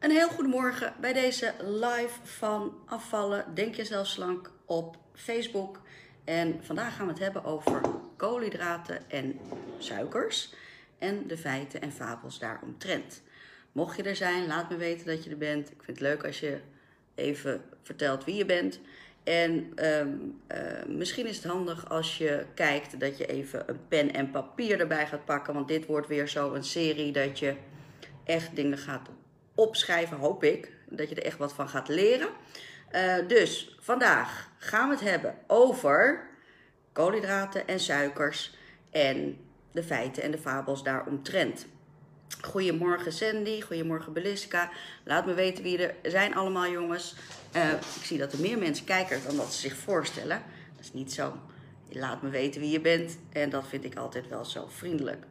Een heel goedemorgen bij deze live van Afvallen Denk Jezelf Slank op Facebook. En vandaag gaan we het hebben over koolhydraten en suikers en de feiten en fabels daaromtrent. Mocht je er zijn, laat me weten dat je er bent. Ik vind het leuk als je even vertelt wie je bent. En misschien is het handig als je kijkt dat je even een pen en papier erbij gaat pakken. Want dit wordt weer zo een serie dat je echt dingen gaat opschrijven, hoop ik. Dat je er echt wat van gaat leren. Dus vandaag gaan we het hebben over koolhydraten en suikers en de feiten en de fabels daaromtrent. Goedemorgen Sandy, goedemorgen Beliska. Laat me weten wie er zijn allemaal, jongens. Ik zie dat er meer mensen kijken dan dat ze zich voorstellen. Dat is niet zo. Laat me weten wie je bent en dat vind ik altijd wel zo vriendelijk.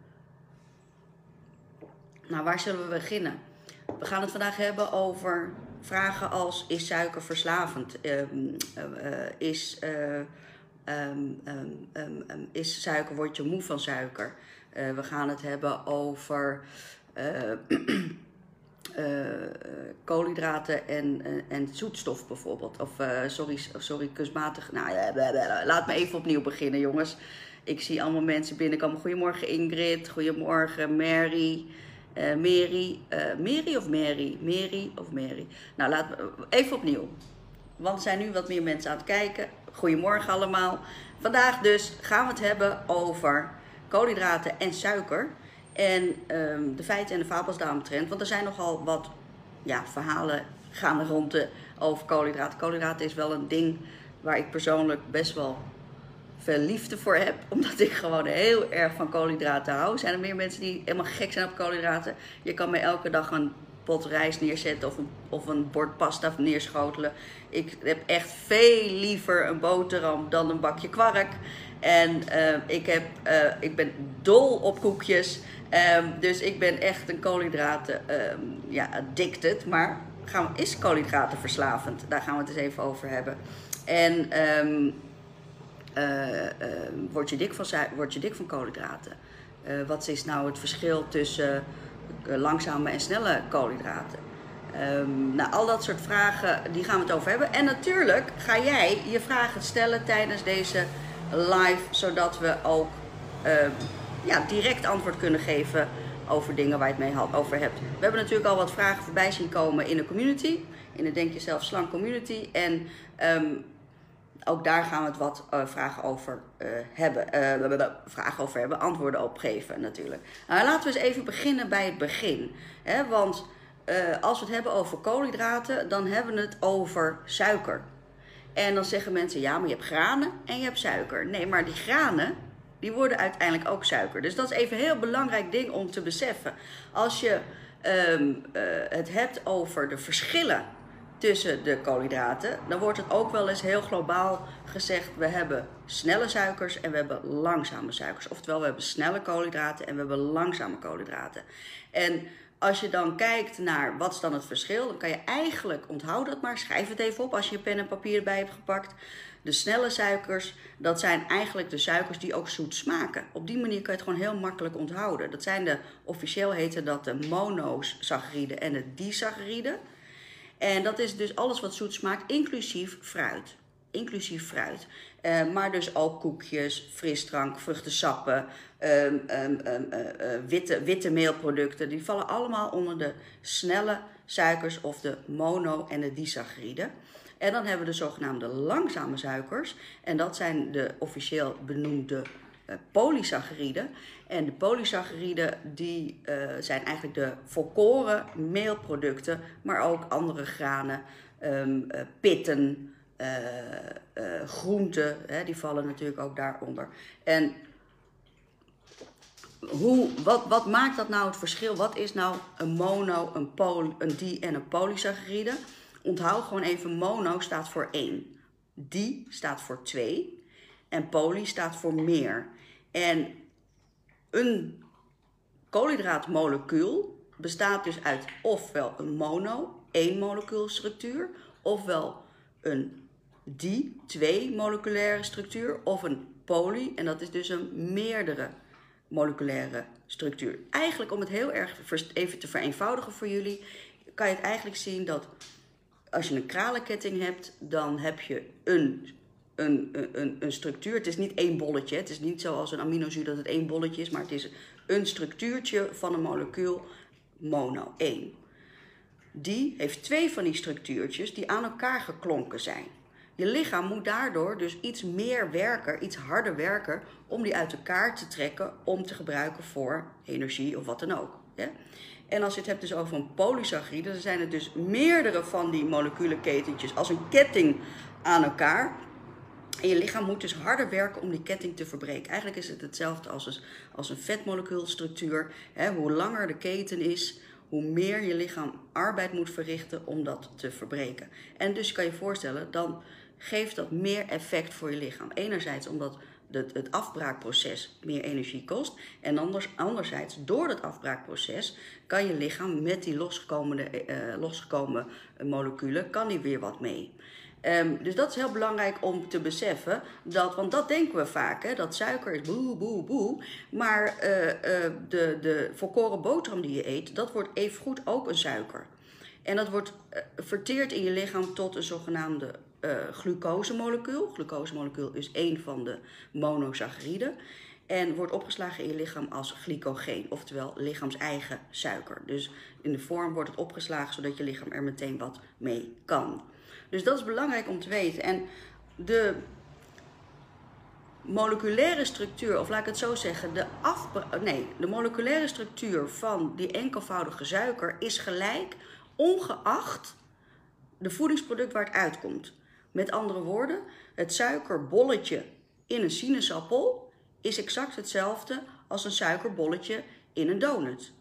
Nou, waar zullen we beginnen? We gaan het vandaag hebben over vragen als: is suiker verslavend? Is suiker, word je moe van suiker? We gaan het hebben over koolhydraten en zoetstof bijvoorbeeld. Of sorry, kunstmatig. Nou, laat me even opnieuw beginnen, jongens. Ik zie allemaal mensen binnenkomen. Goedemorgen Ingrid, goedemorgen Mary. Mary of Mary? Mary of Mary? Nou, laten we even opnieuw. Want er zijn nu wat meer mensen aan het kijken. Goedemorgen allemaal. Vandaag dus gaan we het hebben over koolhydraten en suiker. En de feiten en de fabels daaromtrent. Want er zijn nogal wat verhalen gaande rond over koolhydraten. Koolhydraten is wel een ding waar ik persoonlijk best wel veel liefde voor heb, omdat ik gewoon heel erg van koolhydraten hou. Zijn er meer mensen die helemaal gek zijn op koolhydraten? Je kan mij elke dag een pot rijst neerzetten of een bord pasta neerschotelen. Ik heb echt veel liever een boterham dan een bakje kwark. En ik ben dol op koekjes. Dus ik ben echt een koolhydraten addicted. Maar is koolhydraten verslavend? Daar gaan we het eens even over hebben. En word je dik van koolhydraten? Wat is nou het verschil tussen langzame en snelle koolhydraten? Nou, al dat soort vragen, die gaan we het over hebben. En natuurlijk ga jij je vragen stellen tijdens deze live, zodat we ook direct antwoord kunnen geven over dingen waar je het mee over hebt. We hebben natuurlijk al wat vragen voorbij zien komen in de community, in de Denk Jezelf Slank community. En ook daar gaan we het wat vragen over hebben, antwoorden op geven natuurlijk. Nou, laten we eens even beginnen bij het begin. Hè? Want als we het hebben over koolhydraten, dan hebben we het over suiker. En dan zeggen mensen, ja, maar je hebt granen en je hebt suiker. Nee, maar die granen, die worden uiteindelijk ook suiker. Dus dat is even een heel belangrijk ding om te beseffen. Als je het hebt over de verschillen tussen de koolhydraten, dan wordt het ook wel eens heel globaal gezegd: we hebben snelle suikers en we hebben langzame suikers. Oftewel, we hebben snelle koolhydraten en we hebben langzame koolhydraten. En als je dan kijkt naar wat is dan het verschil, dan kan je eigenlijk, onthoud dat maar, schrijf het even op als je pen en papier erbij hebt gepakt. De snelle suikers, dat zijn eigenlijk de suikers die ook zoet smaken. Op die manier kan je het gewoon heel makkelijk onthouden. Dat zijn officieel heten dat de monosacchariden en de disacchariden. En dat is dus alles wat zoet smaakt, inclusief fruit. Maar dus ook koekjes, frisdrank, vruchtensappen, witte meelproducten. Die vallen allemaal onder de snelle suikers of de mono- en de disacchariden. En dan hebben we de zogenaamde langzame suikers. En dat zijn de officieel benoemde polysacchariden. En de polysacchariden die zijn eigenlijk de volkoren meelproducten, maar ook andere granen, pitten, groenten, die vallen natuurlijk ook daaronder. En wat maakt dat nou het verschil? Wat is nou een mono, een di en een polysaccharide? Onthoud gewoon even, mono staat voor 1, di staat voor 2 en poly staat voor meer. En een koolhydraatmolecuul bestaat dus uit ofwel een mono, 1 molecuulstructuur, ofwel een di, 2 moleculaire structuur, of een poly, en dat is dus een meerdere moleculaire structuur. Eigenlijk om het heel erg even te vereenvoudigen voor jullie, kan je het eigenlijk zien dat als je een kralenketting hebt, dan heb je een structuur. Het is niet één bolletje. Het is niet zoals een aminozuur dat het één bolletje is, maar het is een structuurtje van een molecuul, mono, 1. Die heeft 2 van die structuurtjes die aan elkaar geklonken zijn. Je lichaam moet daardoor dus iets meer werken, iets harder werken, om die uit elkaar te trekken, om te gebruiken voor energie of wat dan ook. Ja? En als je het hebt dus over een polysaccharide, dan zijn het dus meerdere van die moleculenketentjes als een ketting aan elkaar. En je lichaam moet dus harder werken om die ketting te verbreken. Eigenlijk is het hetzelfde als een vetmolecuulstructuur. Hoe langer de keten is, hoe meer je lichaam arbeid moet verrichten om dat te verbreken. En dus je kan je voorstellen, dan geeft dat meer effect voor je lichaam. Enerzijds omdat het afbraakproces meer energie kost. En anderzijds, door dat afbraakproces kan je lichaam met die losgekomen moleculen, kan die weer wat mee. Dus dat is heel belangrijk om te beseffen, want dat denken we vaak, hè, dat suiker is boe, boe, boe. Maar de volkoren boterham die je eet, dat wordt evengoed ook een suiker. En dat wordt verteerd in je lichaam tot een zogenaamde glucosemolecuul. Glucosemolecuul is één van de monosacchariden. En wordt opgeslagen in je lichaam als glycogeen, oftewel lichaams-eigen suiker. Dus in de vorm wordt het opgeslagen zodat je lichaam er meteen wat mee kan. Dus dat is belangrijk om te weten. En de moleculaire structuur, of laat ik het zo zeggen, de moleculaire structuur van die enkelvoudige suiker is gelijk, ongeacht de voedingsproduct waar het uitkomt. Met andere woorden, het suikerbolletje in een sinaasappel is exact hetzelfde als een suikerbolletje in een donut.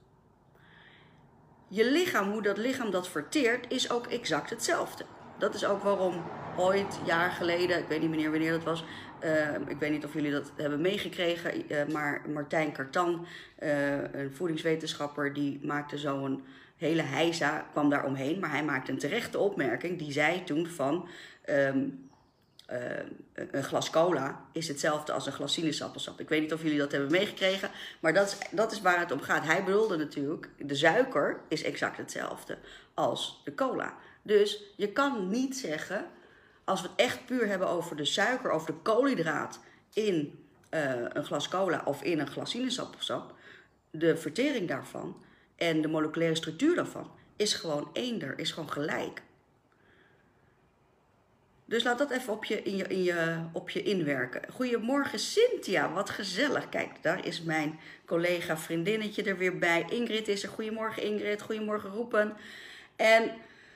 Je lichaam, hoe dat lichaam dat verteert, is ook exact hetzelfde. Dat is ook waarom ooit, jaar geleden, ik weet niet wanneer dat was, ik weet niet of jullie dat hebben meegekregen, maar Martijn Cartan, een voedingswetenschapper, die maakte zo'n hele heisa, kwam daar omheen, maar hij maakte een terechte opmerking. Die zei toen van, een glas cola is hetzelfde als een glas sinaasappelsap. Ik weet niet of jullie dat hebben meegekregen, maar dat is waar het om gaat. Hij bedoelde natuurlijk, de suiker is exact hetzelfde als de cola. Dus je kan niet zeggen, als we het echt puur hebben over de suiker, over de koolhydraat in een glas cola of in een glas sinaasappelsap, de vertering daarvan en de moleculaire structuur daarvan is gewoon eender, is gewoon gelijk. Dus laat dat even op je inwerken. Goedemorgen Cynthia, wat gezellig. Kijk, daar is mijn collega vriendinnetje er weer bij. Ingrid is er. Goedemorgen Ingrid, goedemorgen Roepen. En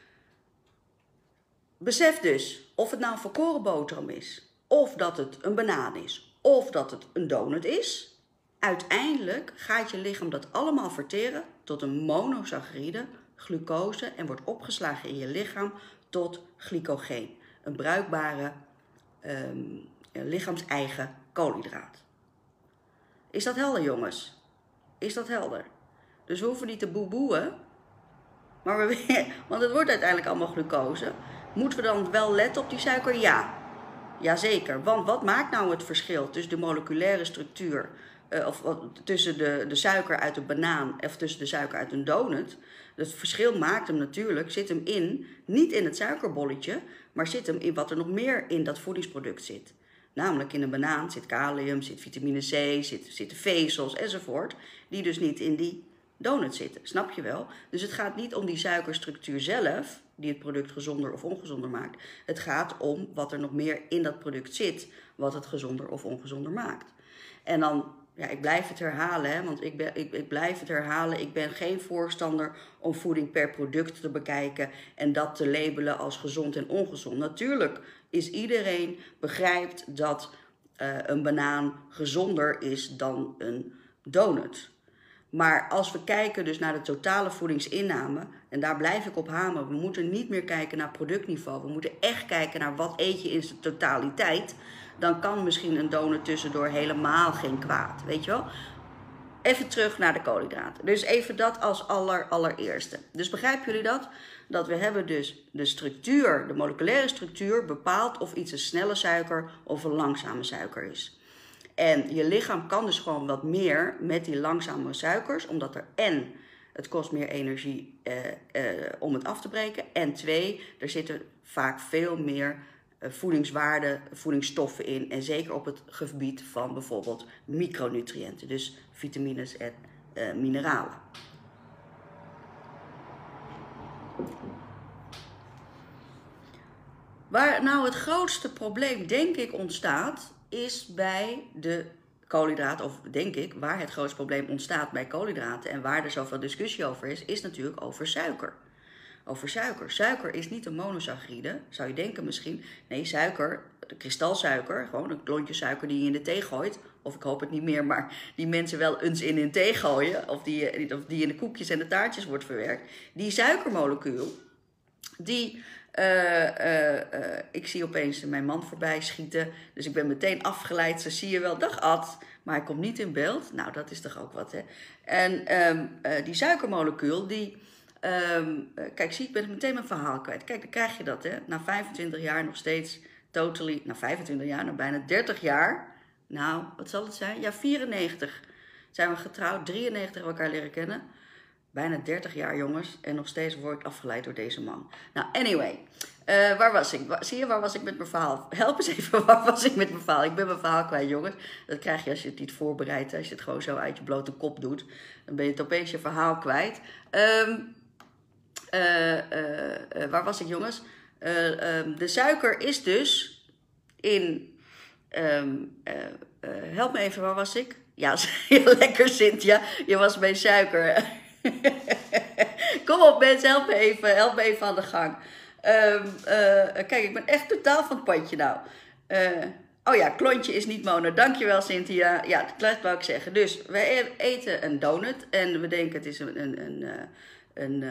besef dus, of het nou een volkoren boterham is, of dat het een banaan is, of dat het een donut is. Uiteindelijk gaat je lichaam dat allemaal verteren tot een monosaccharide, glucose, en wordt opgeslagen in je lichaam tot glycogeen. Een bruikbare lichaams-eigen koolhydraat. Is dat helder, jongens? Is dat helder? Dus we hoeven niet te boeboeën, maar want het wordt uiteindelijk allemaal glucose. Moeten we dan wel letten op die suiker? Ja. Jazeker. Want wat maakt nou het verschil tussen de moleculaire structuur, tussen de suiker uit een banaan of tussen de suiker uit een donut? Het verschil maakt hem natuurlijk, zit hem niet in het suikerbolletje, maar zit hem in wat er nog meer in dat voedingsproduct zit. Namelijk in een banaan zit kalium, zit vitamine C, zitten vezels enzovoort, die dus niet in die donut zitten. Snap je wel? Dus het gaat niet om die suikerstructuur zelf, die het product gezonder of ongezonder maakt. Het gaat om wat er nog meer in dat product zit, wat het gezonder of ongezonder maakt. En dan, ja, ik blijf het herhalen, hè, want ik blijf het herhalen. Ik ben geen voorstander om voeding per product te bekijken en dat te labelen als gezond en ongezond. Natuurlijk is iedereen begrijpt dat een banaan gezonder is dan een donut. Maar als we kijken dus naar de totale voedingsinname, en daar blijf ik op hameren, we moeten niet meer kijken naar productniveau. We moeten echt kijken naar wat eet je in zijn totaliteit. Dan kan misschien een donut tussendoor helemaal geen kwaad, weet je wel. Even terug naar de koolhydraten. Dus even dat als allereerste. Dus begrijpen jullie dat? Dat we hebben dus de structuur, de moleculaire structuur bepaalt of iets een snelle suiker of een langzame suiker is. En je lichaam kan dus gewoon wat meer met die langzame suikers, omdat er en Het kost meer energie om het af te breken. En 2, er zitten vaak veel meer voedingswaarden, voedingsstoffen in. En zeker op het gebied van bijvoorbeeld micronutriënten. Dus vitamines en mineralen. Waar nou het grootste probleem, denk ik, ontstaat, is bij de koolhydraten, of denk ik, waar het grootste probleem ontstaat bij koolhydraten en waar er zoveel discussie over is natuurlijk over suiker. Over suiker. Suiker is niet een monosaccharide, zou je denken misschien. Nee, suiker, de kristalsuiker, gewoon een klontje suiker die je in de thee gooit. Of ik hoop het niet meer, maar die mensen wel eens in hun thee gooien. Of die in de koekjes en de taartjes wordt verwerkt. Die suikermolecuul, die... ik zie opeens mijn man voorbij schieten. Dus ik ben meteen afgeleid. Ze zie je wel, dag Ad. Maar hij komt niet in beeld. Nou, dat is toch ook wat, hè. En die suikermolecuul, die... kijk, zie, ik ben meteen mijn verhaal kwijt. Kijk, dan krijg je dat, hè. Na 25 jaar nog steeds totally... Na 25 jaar, na bijna 30 jaar... Nou, wat zal het zijn? Ja, 94 zijn we getrouwd. 93 hebben we elkaar leren kennen. Bijna 30 jaar, jongens. En nog steeds word ik afgeleid door deze man. Nou, anyway. Waar was ik? Zie je, waar was ik met mijn verhaal? Help eens even, waar was ik met mijn verhaal? Ik ben mijn verhaal kwijt, jongens. Dat krijg je als je het niet voorbereidt. Als je het gewoon zo uit je blote kop doet. Dan ben je het opeens je verhaal kwijt. Waar was ik, jongens? De suiker is dus in... help me even, waar was ik? Ja, lekker Cynthia. Je was bij suiker. Kom op mensen, help me even aan de gang. Kijk, ik ben echt totaal van het padje nou. Oh ja, klontje is niet mono. Dankjewel Cynthia. Ja, dat wou ik zeggen. Dus wij eten een donut en we denken het is een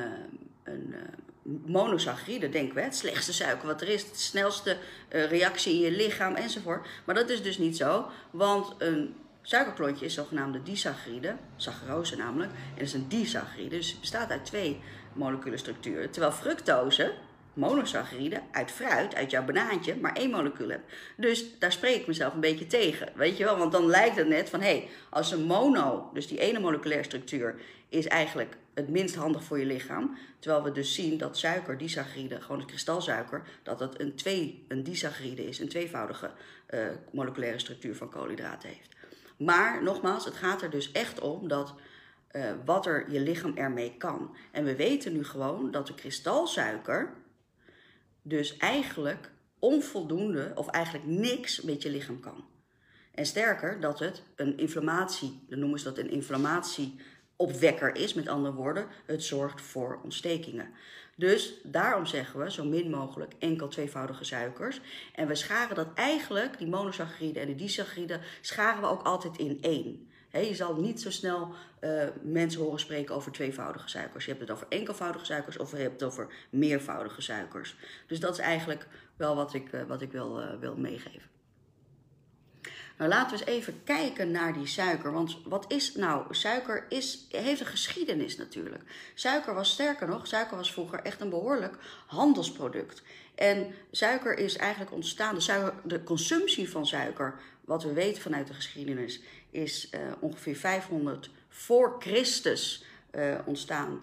monosaccharide, denken we. Het slechtste suiker wat er is. De snelste reactie in je lichaam enzovoort. Maar dat is dus niet zo, want een suikerklontje is zogenaamde disaccharide, saccharose namelijk, en dat is een disaccharide, dus het bestaat uit 2 molecule structuren. Terwijl fructose, monosaccharide, uit fruit, uit jouw banaantje, maar 1 molecuul hebt. Dus daar spreek ik mezelf een beetje tegen, weet je wel, want dan lijkt het net van, hé, als een mono, dus die ene moleculaire structuur, is eigenlijk het minst handig voor je lichaam. Terwijl we dus zien dat suiker, disaccharide, gewoon de kristalsuiker, dat het een disaccharide is, een tweevoudige moleculaire structuur van koolhydraten heeft. Maar nogmaals, het gaat er dus echt om dat wat er je lichaam ermee kan. En we weten nu gewoon dat de kristalsuiker dus eigenlijk onvoldoende of eigenlijk niks met je lichaam kan. En sterker, dat het een inflammatie, dan noemen ze dat een inflammatieopwekker is. Met andere woorden, het zorgt voor ontstekingen. Dus daarom zeggen we zo min mogelijk enkel tweevoudige suikers. En we scharen dat eigenlijk, die monosaccharide en de disaccharide, scharen we ook altijd in 1. Je zal niet zo snel mensen horen spreken over tweevoudige suikers. Je hebt het over enkelvoudige suikers of je hebt het over meervoudige suikers. Dus dat is eigenlijk wel wat ik wil meegeven. Nou, laten we eens even kijken naar die suiker. Want wat is nou? Suiker heeft een geschiedenis natuurlijk. Suiker was vroeger echt een behoorlijk handelsproduct. En suiker is eigenlijk ontstaan, de consumptie van suiker, wat we weten vanuit de geschiedenis, is ongeveer 500 voor Christus ontstaan.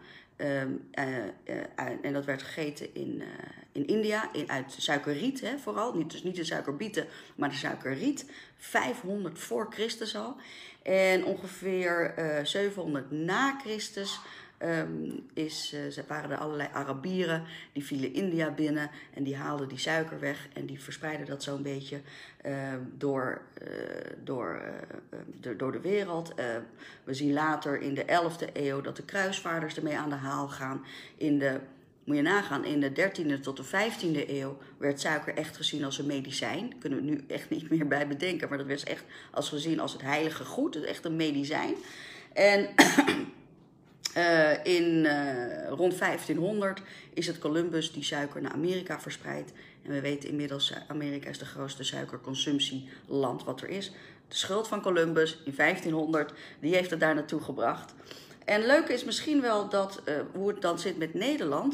En dat werd gegeten in India, uit suikerriet vooral. Dus niet de suikerbieten, maar de suikerriet. 500 voor Christus al. En ongeveer 700 na Christus waren er allerlei Arabieren. Die vielen India binnen en die haalden die suiker weg. En die verspreidden dat zo'n beetje door de wereld. We zien later in de 11e eeuw dat de kruisvaarders ermee aan de haal gaan. Moet je nagaan, in de 13e tot de 15e eeuw werd suiker echt gezien als een medicijn. Daar kunnen we nu echt niet meer bij bedenken. Maar dat werd echt gezien als het heilige goed. Echt een medicijn. En rond 1500 is het Columbus die suiker naar Amerika verspreidt. En we weten inmiddels, Amerika is de grootste suikerconsumptieland wat er is. De schuld van Columbus in 1500, die heeft het daar naartoe gebracht. En leuk is misschien wel dat, hoe het dan zit met Nederland.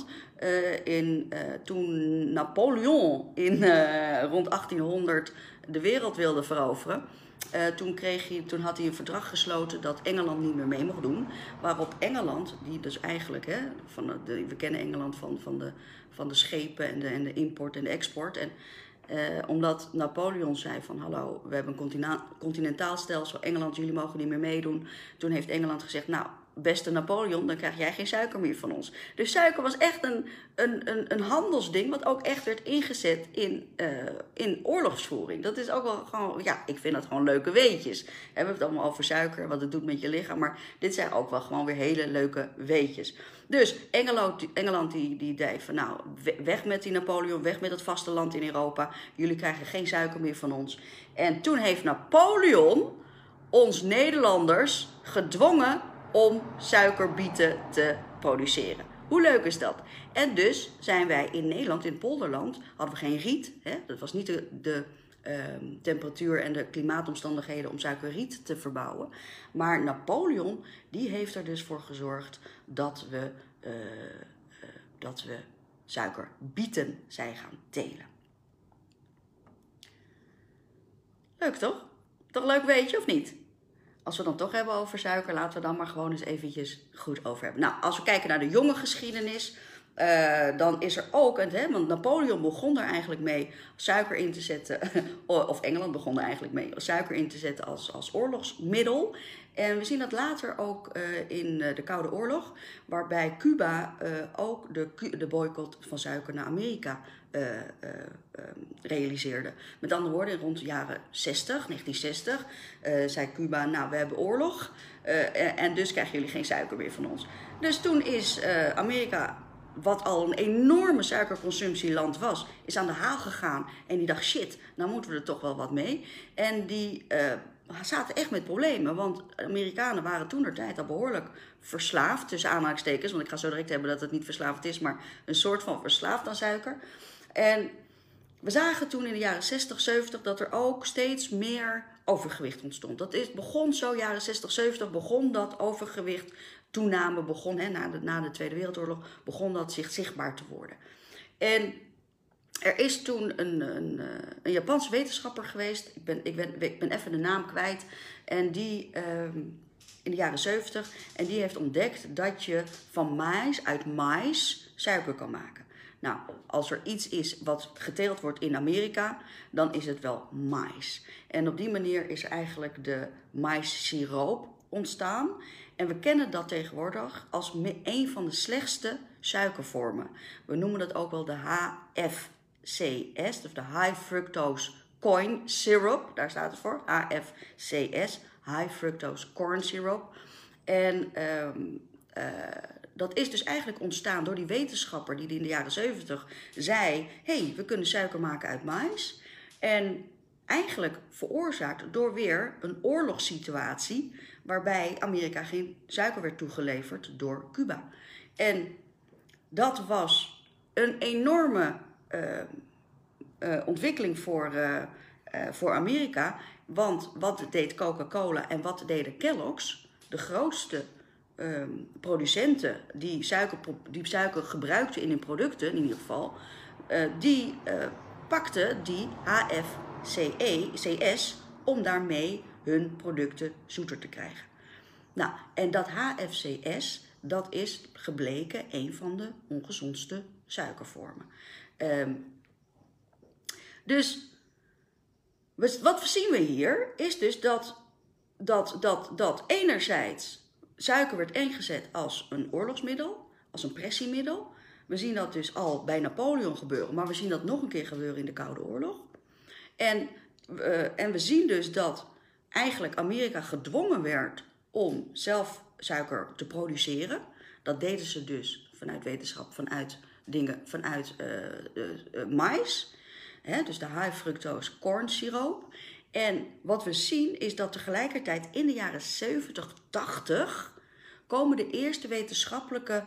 Toen Napoleon rond 1800 de wereld wilde veroveren. Toen had hij een verdrag gesloten dat Engeland niet meer mee mocht doen. Waarop Engeland, die dus eigenlijk, hè, we kennen Engeland van de schepen en de import en de export. En omdat Napoleon zei van hallo, we hebben een continentaal stelsel, Engeland, jullie mogen niet meer meedoen. Toen heeft Engeland gezegd, nou, beste Napoleon, dan krijg jij geen suiker meer van ons. Dus suiker was echt een handelsding wat ook echt werd ingezet in oorlogsvoering. Dat is ook wel gewoon, ja, ik vind dat gewoon leuke weetjes. We hebben het allemaal over suiker, wat het doet met je lichaam, maar dit zijn ook wel gewoon weer hele leuke weetjes. Dus Engeland die deed van nou, weg met die Napoleon, weg met het vasteland in Europa. Jullie krijgen geen suiker meer van ons. En toen heeft Napoleon ons Nederlanders gedwongen om suikerbieten te produceren. Hoe leuk is dat? En dus zijn wij in Nederland, in het polderland, hadden we geen riet. Hè? Dat was niet de temperatuur en de klimaatomstandigheden om suikerriet te verbouwen. Maar Napoleon, die heeft er dus voor gezorgd dat we suikerbieten zijn gaan telen. Leuk toch? Toch leuk weetje of niet? Als we dan toch hebben over suiker, laten we dan maar gewoon eens eventjes goed over hebben. Nou, als we kijken naar de jonge geschiedenis, dan is er ook, want Napoleon begon er eigenlijk mee suiker in te zetten, of Engeland begon er eigenlijk mee suiker in te zetten als oorlogsmiddel. En we zien dat later ook in de Koude Oorlog, waarbij Cuba ook de boycott van suiker naar Amerika realiseerde. Met andere woorden, rond de jaren 1960, zei Cuba, nou, we hebben oorlog en dus krijgen jullie geen suiker meer van ons. Dus toen is Amerika, wat al een enorme suikerconsumptieland was, is aan de haal gegaan. En die dacht, shit, nou moeten we er toch wel wat mee. En die zaten echt met problemen, want Amerikanen waren toentertijd al behoorlijk verslaafd, tussen aanhalingstekens, want ik ga zo direct hebben dat het niet verslaafd is, maar een soort van verslaafd aan suiker. En we zagen toen in de jaren 60, 70 dat er ook steeds meer overgewicht ontstond. Begon zo, jaren 60, 70 begon dat overgewicht, toename begon, na de Tweede Wereldoorlog, begon dat zich zichtbaar te worden. En er is toen een Japanse wetenschapper geweest, ik ben even de naam kwijt, en die in de jaren 70, en die heeft ontdekt dat je uit mais, suiker kan maken. Nou, als er iets is wat geteeld wordt in Amerika, dan is het wel mais. En op die manier is er eigenlijk de maissiroop ontstaan. En we kennen dat tegenwoordig als een van de slechtste suikervormen. We noemen dat ook wel de HFCS, of de High Fructose Corn Syrup. Daar staat het voor, HFCS, High Fructose Corn Syrup. En dat is dus eigenlijk ontstaan door die wetenschapper die in de jaren 70 zei, hey, we kunnen suiker maken uit mais. En eigenlijk veroorzaakt door weer een oorlogssituatie waarbij Amerika geen suiker werd toegeleverd door Cuba. En dat was een enorme ontwikkeling voor Amerika. Want wat deed Coca-Cola en wat deden Kellogg's, de grootste producenten die suiker gebruikten in hun producten, in ieder geval, die pakten die HFCS om daarmee hun producten zoeter te krijgen. Nou, en dat HFCS, dat is gebleken een van de ongezondste suikervormen. Dus wat zien we hier is dus dat enerzijds suiker werd ingezet als een oorlogsmiddel, als een pressiemiddel. We zien dat dus al bij Napoleon gebeuren, maar we zien dat nog een keer gebeuren in de Koude Oorlog. En we zien dus dat eigenlijk Amerika gedwongen werd om zelf suiker te produceren. Dat deden ze dus vanuit wetenschap, vanuit mais. Dus de high fructose corn syrup. En wat we zien is dat tegelijkertijd in de jaren 70, 80 komen de eerste wetenschappelijke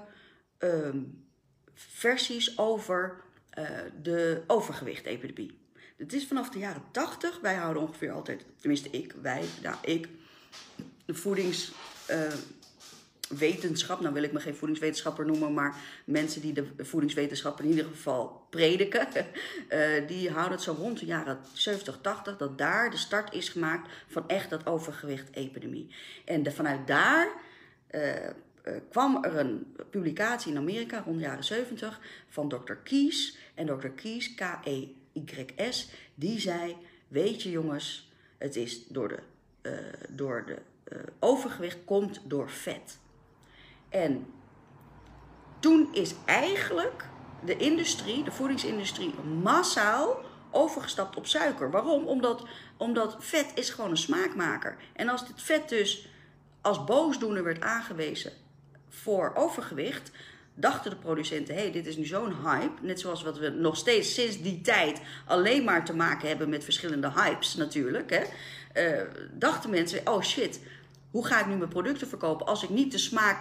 versies over de overgewichtepidemie. Het is vanaf de jaren 80, wij houden ongeveer altijd, tenminste ik, de wetenschap, nou wil ik me geen voedingswetenschapper noemen, maar mensen die de voedingswetenschap in ieder geval prediken, die houden het zo rond de jaren 70, 80, dat daar de start is gemaakt van echt dat overgewicht-epidemie. En vanuit daar kwam er een publicatie in Amerika rond de jaren 70 van Dr. Keys. En Dr. Keys, Keys, die zei, weet je jongens, het is door de overgewicht komt door vet. En toen is eigenlijk de industrie, de voedingsindustrie, massaal overgestapt op suiker. Waarom? Omdat vet is gewoon een smaakmaker. En als dit vet dus als boosdoener werd aangewezen voor overgewicht, dachten de producenten, hé, dit is nu zo'n hype. Net zoals wat we nog steeds sinds die tijd alleen maar te maken hebben met verschillende hypes natuurlijk. Hè. Dachten mensen, oh shit, hoe ga ik nu mijn producten verkopen als ik niet de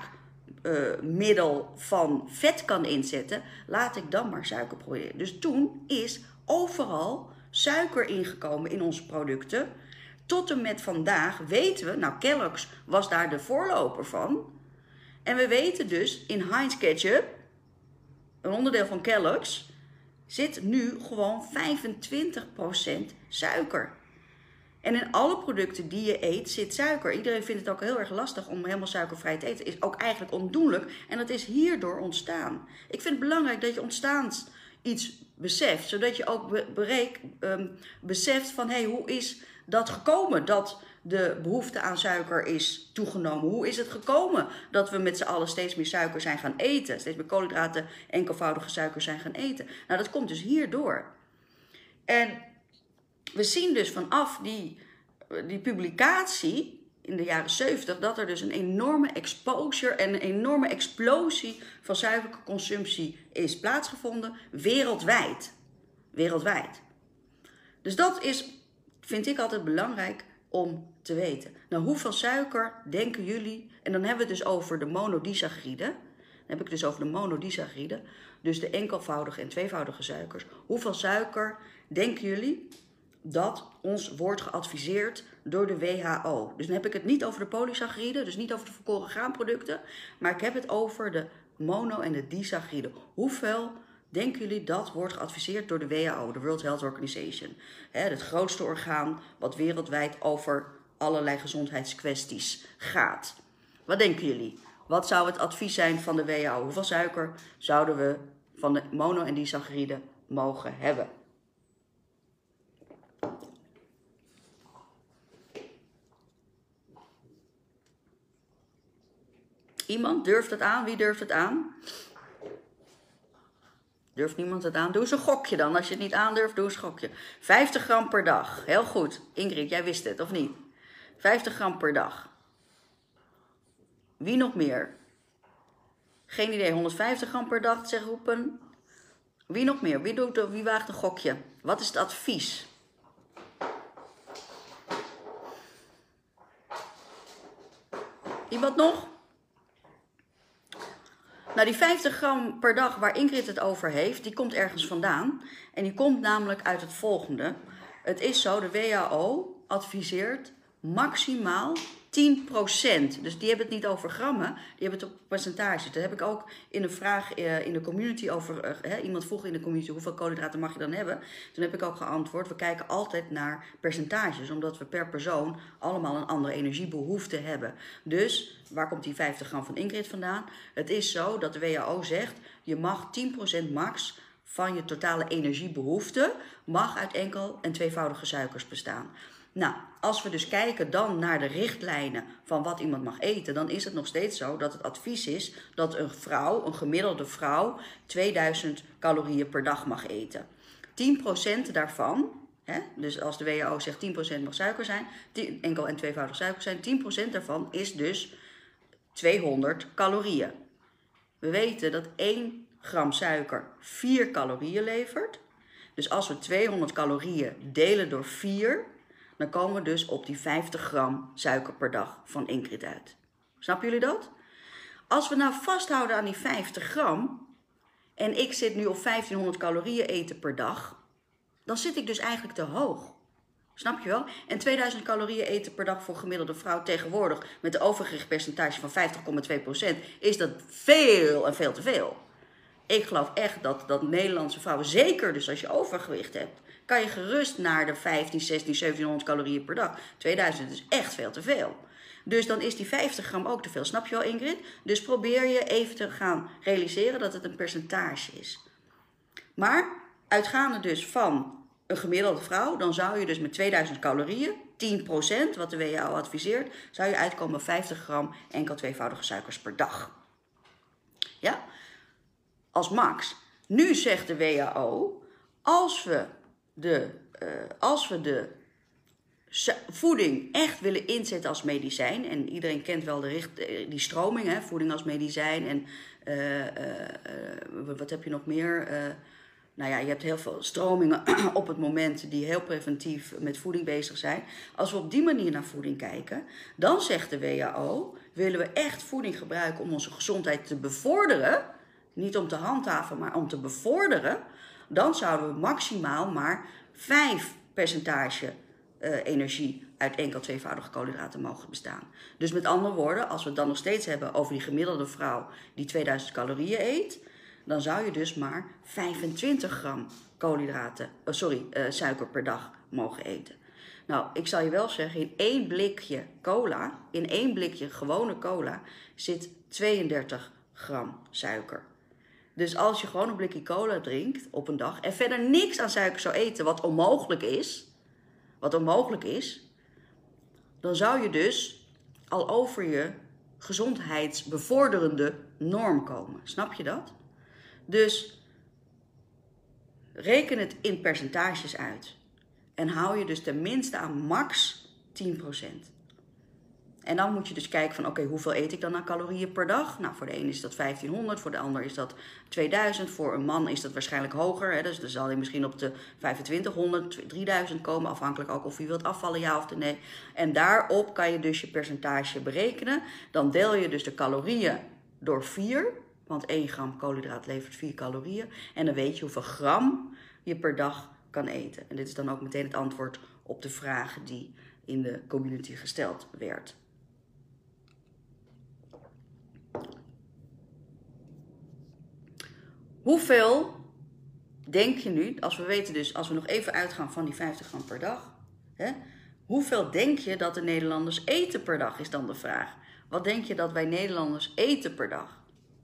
smaakmiddel van vet kan inzetten? Laat ik dan maar suiker proberen. Dus toen is overal suiker ingekomen in onze producten. Tot en met vandaag weten we, nou Kellogg's was daar de voorloper van. En we weten dus in Heinz ketchup, een onderdeel van Kellogg's, zit nu gewoon 25% suiker. En in alle producten die je eet zit suiker. Iedereen vindt het ook heel erg lastig om helemaal suikervrij te eten. Is ook eigenlijk ondoenlijk. En dat is hierdoor ontstaan. Ik vind het belangrijk dat je ontstaans iets beseft. Zodat je ook beseft van, hé, hoe is dat gekomen dat de behoefte aan suiker is toegenomen? Hoe is het gekomen dat we met z'n allen steeds meer suiker zijn gaan eten? Steeds meer koolhydraten, enkelvoudige suiker zijn gaan eten. Nou, dat komt dus hierdoor. En we zien dus vanaf die publicatie in de jaren 70 dat er dus een enorme exposure en een enorme explosie van suikerconsumptie is plaatsgevonden wereldwijd. Wereldwijd. Dus dat vind ik altijd belangrijk om te weten. Nou, hoeveel suiker denken jullie, en dan hebben we het dus over de monodisacchariden. Dan heb ik het dus over de monodisacchariden, dus de enkelvoudige en tweevoudige suikers. Hoeveel suiker denken jullie dat ons wordt geadviseerd door de WHO? Dus dan heb ik het niet over de polysacchariden, dus niet over de volkoren graanproducten, maar ik heb het over de mono- en de disacchariden. Hoeveel denken jullie dat wordt geadviseerd door de WHO, de World Health Organization? Het grootste orgaan wat wereldwijd over allerlei gezondheidskwesties gaat. Wat denken jullie? Wat zou het advies zijn van de WHO? Hoeveel suiker zouden we van de mono- en disacchariden mogen hebben? Iemand durft het aan? Wie durft het aan? Durft niemand het aan? Doe eens een gokje dan. Als je het niet aandurft, doe eens een gokje. 50 gram per dag. Heel goed. Ingrid, jij wist het, of niet? 50 gram per dag. Wie nog meer? Geen idee. 150 gram per dag, zeg roepen. Wie nog meer? Wie waagt een gokje? Wat is het advies? Iemand nog? Nou, die 50 gram per dag waar Ingrid het over heeft, die komt ergens vandaan. En die komt namelijk uit het volgende. Het is zo, de WHO adviseert maximaal 10%. Dus die hebben het niet over grammen, die hebben het op percentage. Dat heb ik ook in een vraag in de community over. Iemand vroeg in de community hoeveel koolhydraten mag je dan hebben. Toen heb ik ook geantwoord, we kijken altijd naar percentages. Omdat we per persoon allemaal een andere energiebehoefte hebben. Dus waar komt die 50 gram van Ingrid vandaan? Het is zo dat de WHO zegt, je mag 10% max van je totale energiebehoefte mag uit enkel- en tweevoudige suikers bestaan. Nou, als we dus kijken dan naar de richtlijnen van wat iemand mag eten, dan is het nog steeds zo dat het advies is dat een gemiddelde vrouw, 2000 calorieën per dag mag eten. 10% daarvan, dus als de WHO zegt 10% mag suiker zijn, enkel- en tweevoudig suiker zijn, 10% daarvan is dus 200 calorieën. We weten dat 1 gram suiker 4 calorieën levert. Dus als we 200 calorieën delen door 4, dan komen we dus op die 50 gram suiker per dag van Ingrid uit. Snappen jullie dat? Als we nou vasthouden aan die 50 gram, en ik zit nu op 1500 calorieën eten per dag, dan zit ik dus eigenlijk te hoog. Snap je wel? En 2000 calorieën eten per dag voor gemiddelde vrouw tegenwoordig met een overgewichtpercentage van 50,2% is dat veel en veel te veel. Ik geloof echt dat Nederlandse vrouwen, zeker dus als je overgewicht hebt, kan je gerust naar de 15, 16, 1700 calorieën per dag. 2000 is echt veel te veel. Dus dan is die 50 gram ook te veel. Snap je wel, Ingrid? Dus probeer je even te gaan realiseren dat het een percentage is. Maar uitgaande dus van een gemiddelde vrouw, dan zou je dus met 2000 calorieën, 10%, wat de WHO adviseert, zou je uitkomen op 50 gram enkel tweevoudige suikers per dag. Ja? Als max. Nu zegt de WHO, als we de voeding echt willen inzetten als medicijn, en iedereen kent wel die stroming, hè, voeding als medicijn, en wat heb je nog meer? Nou ja, je hebt heel veel stromingen op het moment die heel preventief met voeding bezig zijn. Als we op die manier naar voeding kijken, dan zegt de WHO, willen we echt voeding gebruiken om onze gezondheid te bevorderen, niet om te handhaven, maar om te bevorderen, dan zouden we maximaal maar 5% energie uit enkel tweevoudige koolhydraten mogen bestaan. Dus met andere woorden, als we het dan nog steeds hebben over die gemiddelde vrouw die 2000 calorieën eet, dan zou je dus maar 25 gram suiker per dag mogen eten. Nou, ik zal je wel zeggen, in 1 blikje cola, in 1 blikje gewone cola, zit 32 gram suiker. Dus als je gewoon een blikje cola drinkt op een dag en verder niks aan suiker zou eten, wat onmogelijk is, dan zou je dus al over je gezondheidsbevorderende norm komen. Snap je dat? Dus reken het in percentages uit. En hou je dus tenminste aan max 10%. En dan moet je dus kijken van oké, hoeveel eet ik dan aan calorieën per dag? Nou, voor de ene is dat 1500, voor de ander is dat 2000. Voor een man is dat waarschijnlijk hoger. Hè? Dus dan zal hij misschien op de 2500, 3000 komen. Afhankelijk ook of hij wilt afvallen, ja of nee. En daarop kan je dus je percentage berekenen. Dan deel je dus de calorieën door 4. Want 1 gram koolhydraat levert 4 calorieën. En dan weet je hoeveel gram je per dag kan eten. En dit is dan ook meteen het antwoord op de vraag die in de community gesteld werd. Hoeveel denk je nu, als we nog even uitgaan van die 50 gram per dag. Hè, hoeveel denk je dat de Nederlanders eten per dag, is dan de vraag. Wat denk je dat wij Nederlanders eten per dag?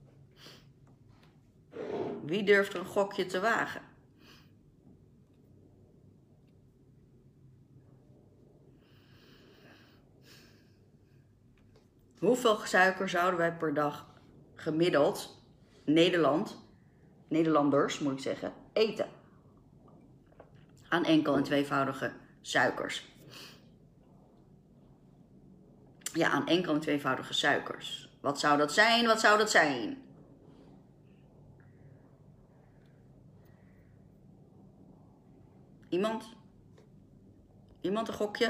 Wie durft er een gokje te wagen? Hoeveel suiker zouden wij per dag gemiddeld, Nederlanders moet ik zeggen, eten? Aan enkel- en tweevoudige suikers. Ja, aan enkel- en tweevoudige suikers. Wat zou dat zijn? Wat zou dat zijn? Iemand? Iemand een gokje?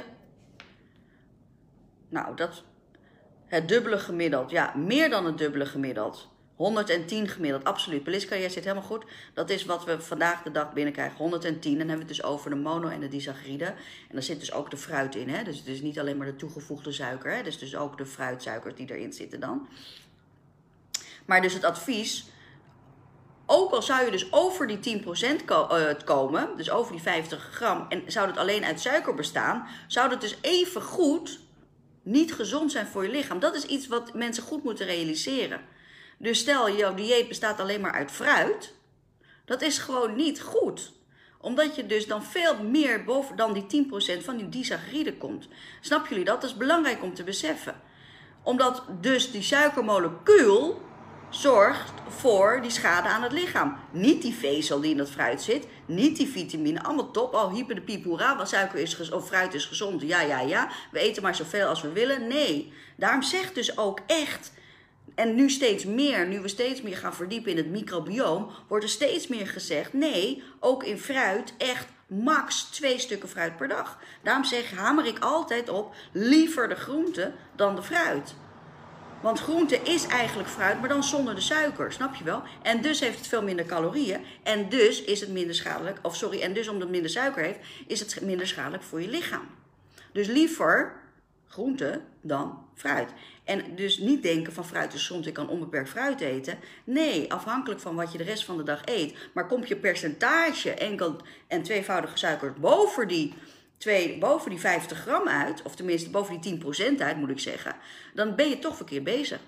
Nou, het dubbele gemiddeld. Ja, meer dan het dubbele gemiddeld. 110 gemiddeld, absoluut. Peliska, jij zit helemaal goed. Dat is wat we vandaag de dag binnenkrijgen. 110. Dan hebben we het dus over de mono- en de disaccharide. En daar zit dus ook de fruit in. Hè? Dus het is niet alleen maar de toegevoegde suiker. Hè? Dus ook de fruitsuikers die erin zitten dan. Maar dus het advies, ook al zou je dus over die 10% komen, dus over die 50 gram, en zou het alleen uit suiker bestaan, zou het dus even goed niet gezond zijn voor je lichaam. Dat is iets wat mensen goed moeten realiseren. Dus stel, jouw dieet bestaat alleen maar uit fruit. Dat is gewoon niet goed. Omdat je dus dan veel meer boven dan die 10% van die disaccharide komt. Snappen jullie dat? Dat is belangrijk om te beseffen. Omdat dus die suikermolecuul zorgt voor die schade aan het lichaam. Niet die vezel die in dat fruit zit. Niet die vitamine. Allemaal top. Oh, hyper de piep, hoera. Want fruit is gezond. Ja. We eten maar zoveel als we willen. Nee. Daarom zegt dus ook echt, en nu steeds meer, nu we steeds meer gaan verdiepen in het microbioom, wordt er steeds meer gezegd, nee, ook in fruit echt max 2 stukken fruit per dag. Daarom hamer ik altijd op, liever de groente dan de fruit. Want groente is eigenlijk fruit, maar dan zonder de suiker, snap je wel? En dus heeft het veel minder calorieën. En dus is het minder schadelijk, en dus omdat het minder suiker heeft, is het minder schadelijk voor je lichaam. Dus liever groente dan fruit. En dus niet denken van fruit is gezond, ik kan onbeperkt fruit eten. Nee, afhankelijk van wat je de rest van de dag eet. Maar komt je percentage enkel en tweevoudige suiker boven die 50 gram uit, of tenminste boven die 10% uit moet ik zeggen, dan ben je toch verkeerd bezig.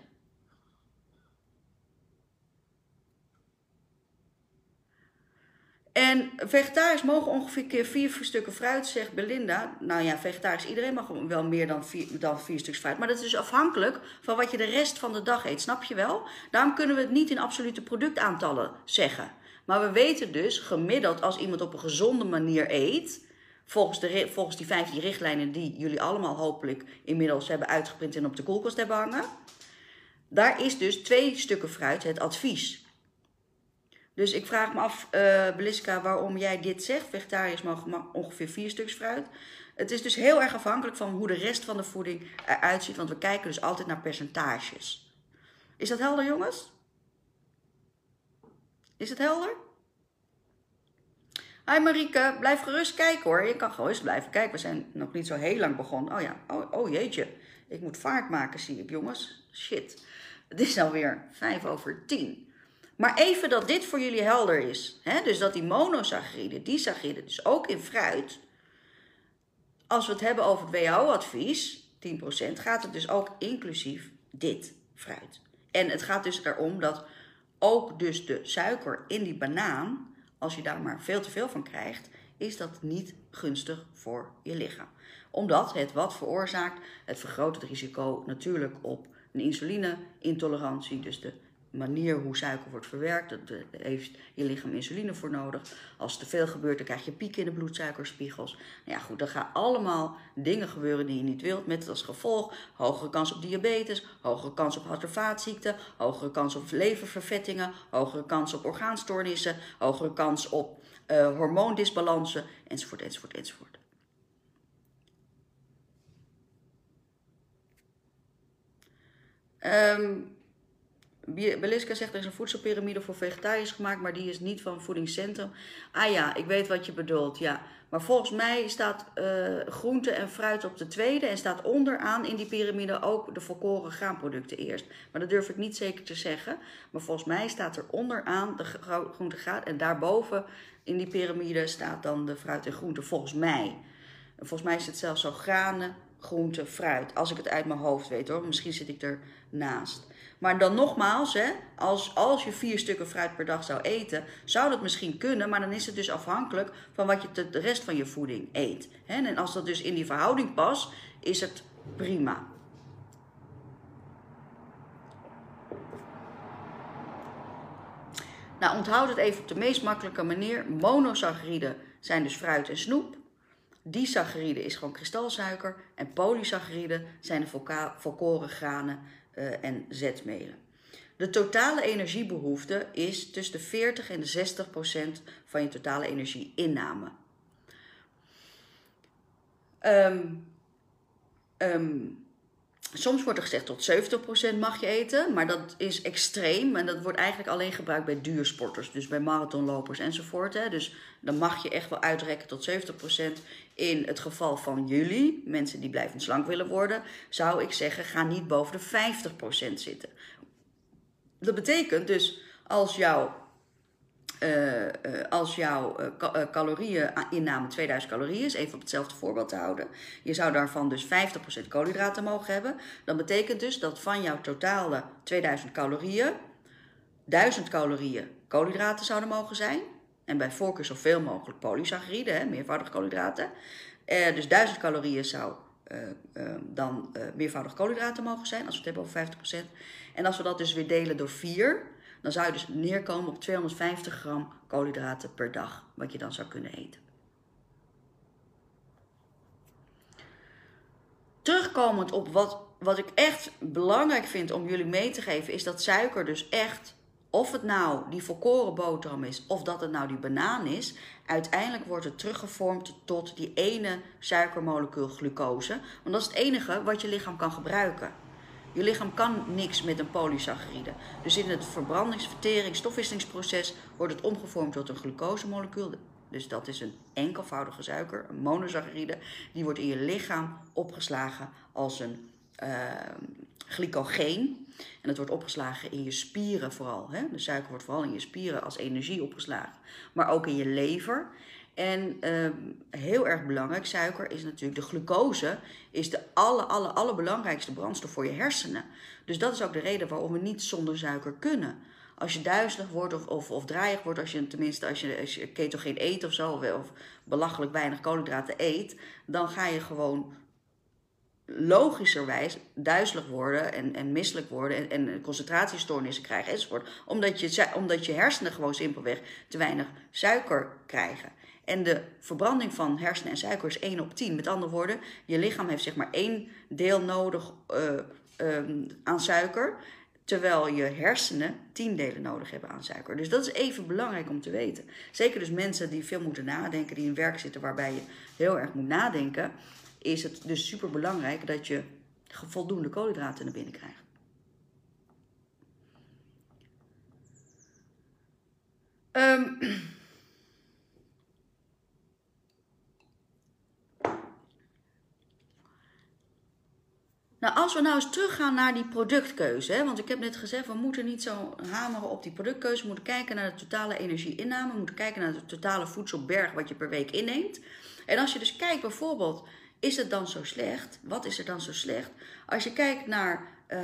En vegetariërs mogen ongeveer 4 stukken fruit, zegt Belinda. Nou ja, vegetarisch, iedereen mag wel meer dan 4 stuks fruit. Maar dat is dus afhankelijk van wat je de rest van de dag eet, snap je wel? Daarom kunnen we het niet in absolute productaantallen zeggen. Maar we weten dus gemiddeld als iemand op een gezonde manier eet, volgens die 15 richtlijnen die jullie allemaal hopelijk inmiddels hebben uitgeprint en op de koelkast hebben hangen. Daar is dus 2 stukken fruit het advies. Dus ik vraag me af, Beliska, waarom jij dit zegt. Vegetariërs mogen ongeveer 4 stuks fruit. Het is dus heel erg afhankelijk van hoe de rest van de voeding eruit ziet. Want we kijken dus altijd naar percentages. Is dat helder, jongens? Is het helder? Hi Marieke, blijf gerust kijken hoor. Je kan gewoon eens blijven kijken. We zijn nog niet zo heel lang begonnen. Oh ja, oh jeetje. Ik moet vaart maken, zie ik, jongens. Shit. Het is alweer 5:10. Maar even dat dit voor jullie helder is. Hè? Dus dat die monosaccharide, disaccharide, dus ook in fruit. Als we het hebben over het WHO-advies, 10%, gaat het dus ook inclusief dit fruit. En het gaat dus erom dat ook dus de suiker in die banaan, als je daar maar veel te veel van krijgt, is dat niet gunstig voor je lichaam. Omdat het wat veroorzaakt, het vergroot het risico natuurlijk op een insuline-intolerantie, dus de manier hoe suiker wordt verwerkt, daar heeft je lichaam insuline voor nodig. Als het te veel gebeurt, dan krijg je pieken in de bloedsuikerspiegels. Nou ja, goed, dan gaan allemaal dingen gebeuren die je niet wilt, met als gevolg hogere kans op diabetes, hogere kans op hart- en vaatziekten, hogere kans op leververvettingen, hogere kans op orgaanstoornissen, hogere kans op hormoondisbalansen, enzovoort, enzovoort, enzovoort. Beliska zegt er is een voedselpyramide voor vegetariërs gemaakt, maar die is niet van voedingscentrum. Ah ja, ik weet wat je bedoelt, ja. Maar volgens mij staat groente en fruit op de tweede en staat onderaan in die piramide ook de volkoren graanproducten eerst. Maar dat durf ik niet zeker te zeggen. Maar volgens mij staat er onderaan de groente graan en daarboven in die piramide staat dan de fruit en groente, volgens mij. En volgens mij is het zelfs zo granen, groente, fruit. Als ik het uit mijn hoofd weet hoor, misschien zit ik ernaast. Maar dan nogmaals, hè, als je 4 stukken fruit per dag zou eten, zou dat misschien kunnen, maar dan is het dus afhankelijk van wat je de rest van je voeding eet. En als dat dus in die verhouding past, is het prima. Nou, onthoud het even op de meest makkelijke manier. Monosaccharide zijn dus fruit en snoep. Disaccharide is gewoon kristalsuiker. En polysaccharide zijn de volkoren granen en zetmelen. De totale energiebehoefte is tussen de 40 en de 60% van je totale energieinname. Soms wordt er gezegd tot 70% mag je eten, maar dat is extreem en dat wordt eigenlijk alleen gebruikt bij duursporters, dus bij marathonlopers enzovoort. Hè. Dus dan mag je echt wel uitrekken tot 70%. In het geval van jullie, mensen die blijvend slank willen worden, zou ik zeggen ga niet boven de 50% zitten. Dat betekent dus als jouw calorieinname 2000 calorieën is, even op hetzelfde voorbeeld te houden. Je zou daarvan dus 50% koolhydraten mogen hebben. Dan betekent dus dat van jouw totale 2000 calorieën, 1000 calorieën koolhydraten zouden mogen zijn. En bij voorkeur zoveel mogelijk polysaccharide, meervoudige koolhydraten. Dus 1000 calorieën zou dan meervoudige koolhydraten mogen zijn, als we het hebben over 50%. En als we dat dus weer delen door 4... dan zou je dus neerkomen op 250 gram koolhydraten per dag, wat je dan zou kunnen eten. Terugkomend op wat ik echt belangrijk vind om jullie mee te geven, is dat suiker dus echt, of het nou die volkoren boterham is, of dat het nou die banaan is, uiteindelijk wordt het teruggevormd tot die ene suikermolecuul glucose. Want dat is het enige wat je lichaam kan gebruiken. Je lichaam kan niks met een polysaccharide. Dus in het verbrandings-, stofwisselingsproces wordt het omgevormd tot een glucosemolecuul. Dus dat is een enkelvoudige suiker, een monosaccharide. Die wordt in je lichaam opgeslagen als een glycogeen. En dat wordt opgeslagen in je spieren vooral. Hè? De suiker wordt vooral in je spieren als energie opgeslagen. Maar ook in je lever. En heel erg belangrijk, suiker is natuurlijk de glucose, is de allerbelangrijkste brandstof voor je hersenen. Dus dat is ook de reden waarom we niet zonder suiker kunnen. Als je duizelig wordt of draaiig wordt, als je ketogeen eet of zo, of belachelijk weinig koolhydraten eet, dan ga je gewoon logischerwijs duizelig worden en misselijk worden en concentratiestoornissen krijgen enzovoort. Omdat je hersenen gewoon simpelweg te weinig suiker krijgen. En de verbranding van hersenen en suiker is 1 op 10. Met andere woorden, je lichaam heeft zeg maar 1 deel nodig aan suiker, terwijl je hersenen 10 delen nodig hebben aan suiker. Dus dat is even belangrijk om te weten. Zeker dus mensen die veel moeten nadenken, die in werk zitten waarbij je heel erg moet nadenken, is het dus super belangrijk dat je voldoende koolhydraten naar binnen krijgt. Nou, als we nou eens teruggaan naar die productkeuze, hè, want ik heb net gezegd, we moeten niet zo hameren op die productkeuze, we moeten kijken naar de totale energieinname, we moeten kijken naar de totale voedselberg wat je per week inneemt. En als je dus kijkt bijvoorbeeld, is het dan zo slecht? Wat is er dan zo slecht? Als je kijkt naar